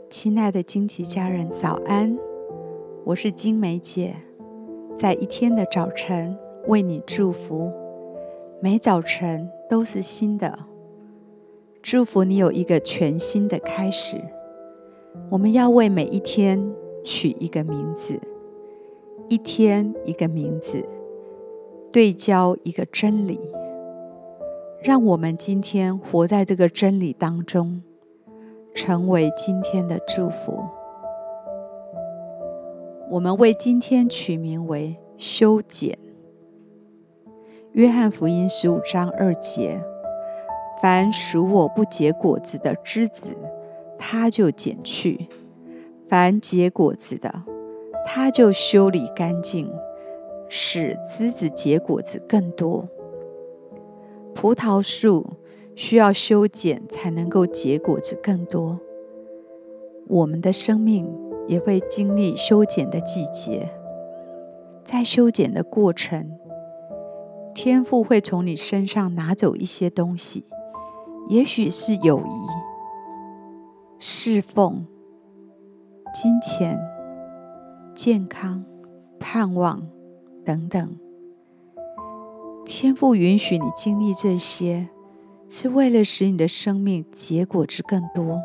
亲爱的金奇家人早安，我是金梅姐，在一天的早晨为你祝福，每早晨都是新的，祝福你有一个全新的开始。我们要为每一天取一个名字，一天一个名字，对焦一个真理，让我们今天活在这个真理当中，成为今天的祝福。我们为今天取名为修剪。约翰福音15章2节，凡属我不结果子的枝子，他就剪去；凡结果子的，他就修理干净，使枝子结果子更多。葡萄树需要修剪才能够结果子更多，我们的生命也会经历修剪的季节。在修剪的过程，天父会从你身上拿走一些东西，也许是友谊、侍奉、金钱、健康、盼望等等。天父允许你经历这些，是为了使你的生命结果子更多。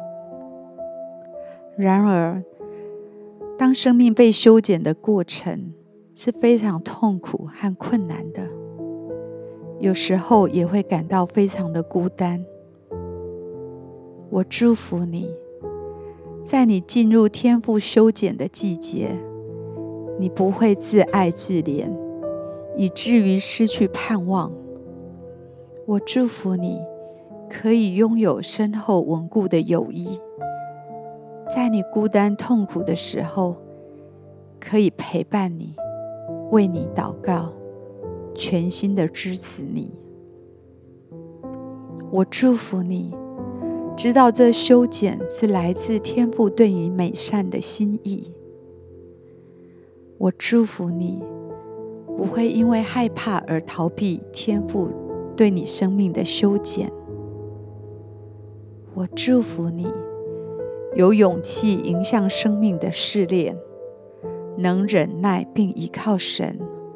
然而，当生命被修剪的过程是非常痛苦和困难的，有时候也会感到非常的孤单。我祝福你，在你进入天父修剪的季节，你不会自爱自怜，以至于失去盼望。我祝福你可以拥有深厚稳固的友谊，在你孤单痛苦的时候，可以陪伴你，为你祷告，全心的支持你。我祝福你，知道这修剪是来自天父对你美善的心意。我祝福你，不会因为害怕而逃避天父对你生命的修剪。我祝福你，有勇气迎向生命的试炼，能忍耐并依靠神。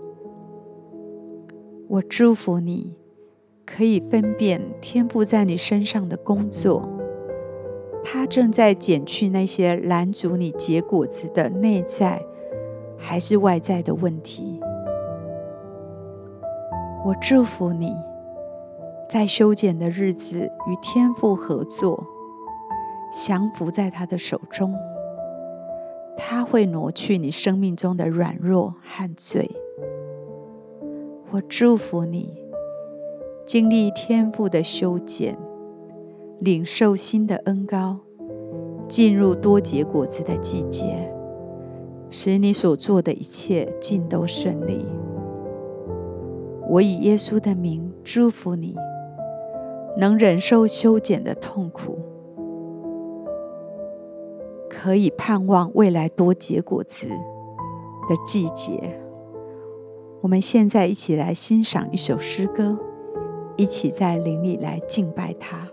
我祝福你，可以分辨天父在你身上的工作，他正在剪去那些拦阻你结果子的内在还是外在的问题。我祝福你，在修剪的日子与天父合作，降服在他的手中，他会挪去你生命中的软弱和罪。我祝福你，经历天父的修剪，领受新的恩膏，进入多结果子的季节，使你所做的一切尽都顺利。我以耶稣的名祝福你，能忍受修剪的痛苦，可以盼望未来多结果子的季节。我们现在一起来欣赏一首诗歌，一起在灵里来敬拜他。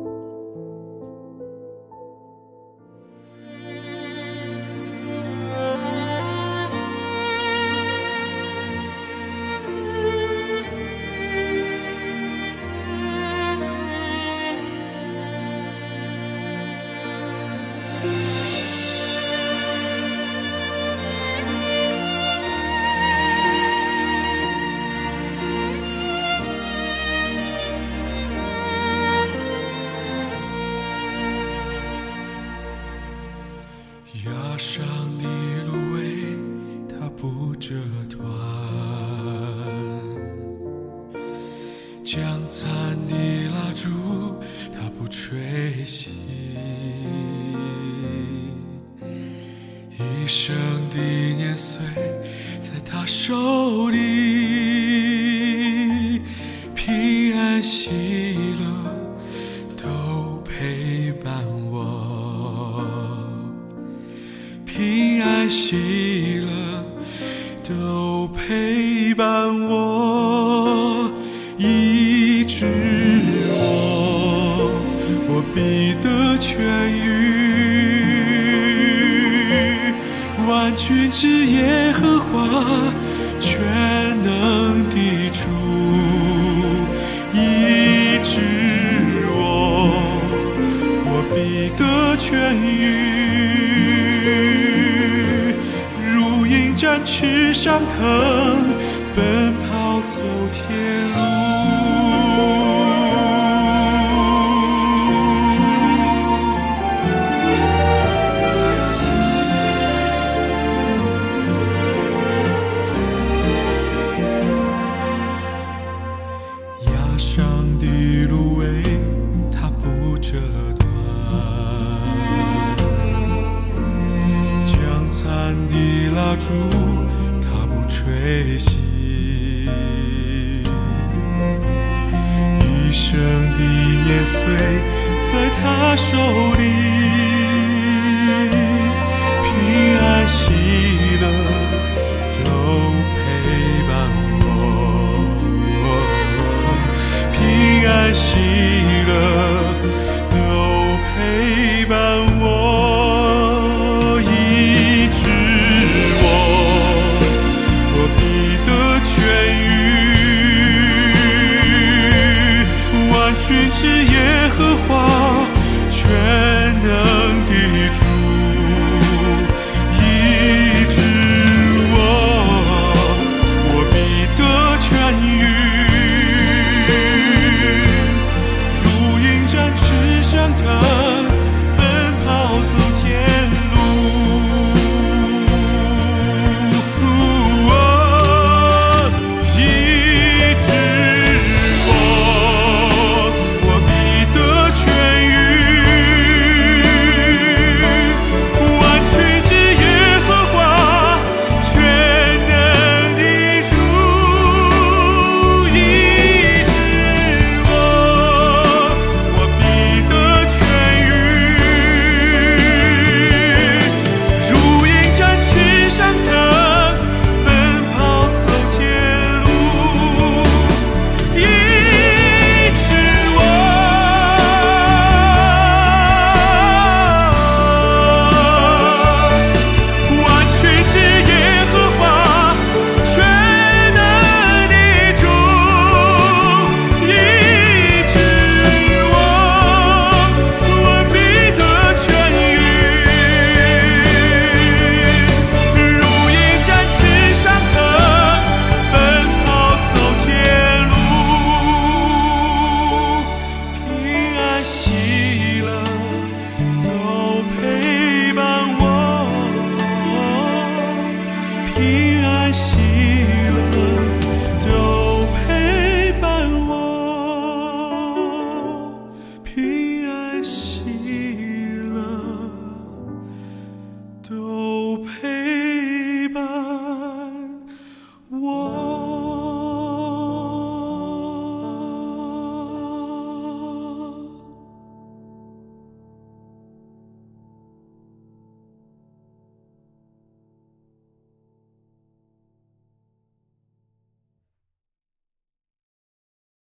压伤的芦苇，它不折断；将残的蜡烛，它不吹熄。一生的年岁，在他手里，平安喜乐都陪伴我。平安喜乐都陪伴我，医治我必得痊愈。 万军之耶和华，全能的主，医治我必得痊愈。如鹰展翅上腾，奔跑走天路。压伤的芦苇，它不折断；将残的蜡烛，它不吹熄。一生的年岁在他手里，平安喜乐都陪伴我，平安喜乐都陪伴我，医治我必得痊愈。万军之耶和华，全能的主，医治我必得痊愈。如鹰展翅上腾，奔跑走天路。医治我必得痊愈。万军之耶和华，全能的主，医治我必得痊愈。如鹰展翅上腾，奔跑走天路。医治万军之耶和华，全能的主，医治我必得痊愈。如鹰展翅上腾，奔跑走天路。平安喜乐都陪伴我，平安喜乐都陪伴我，平安喜乐都陪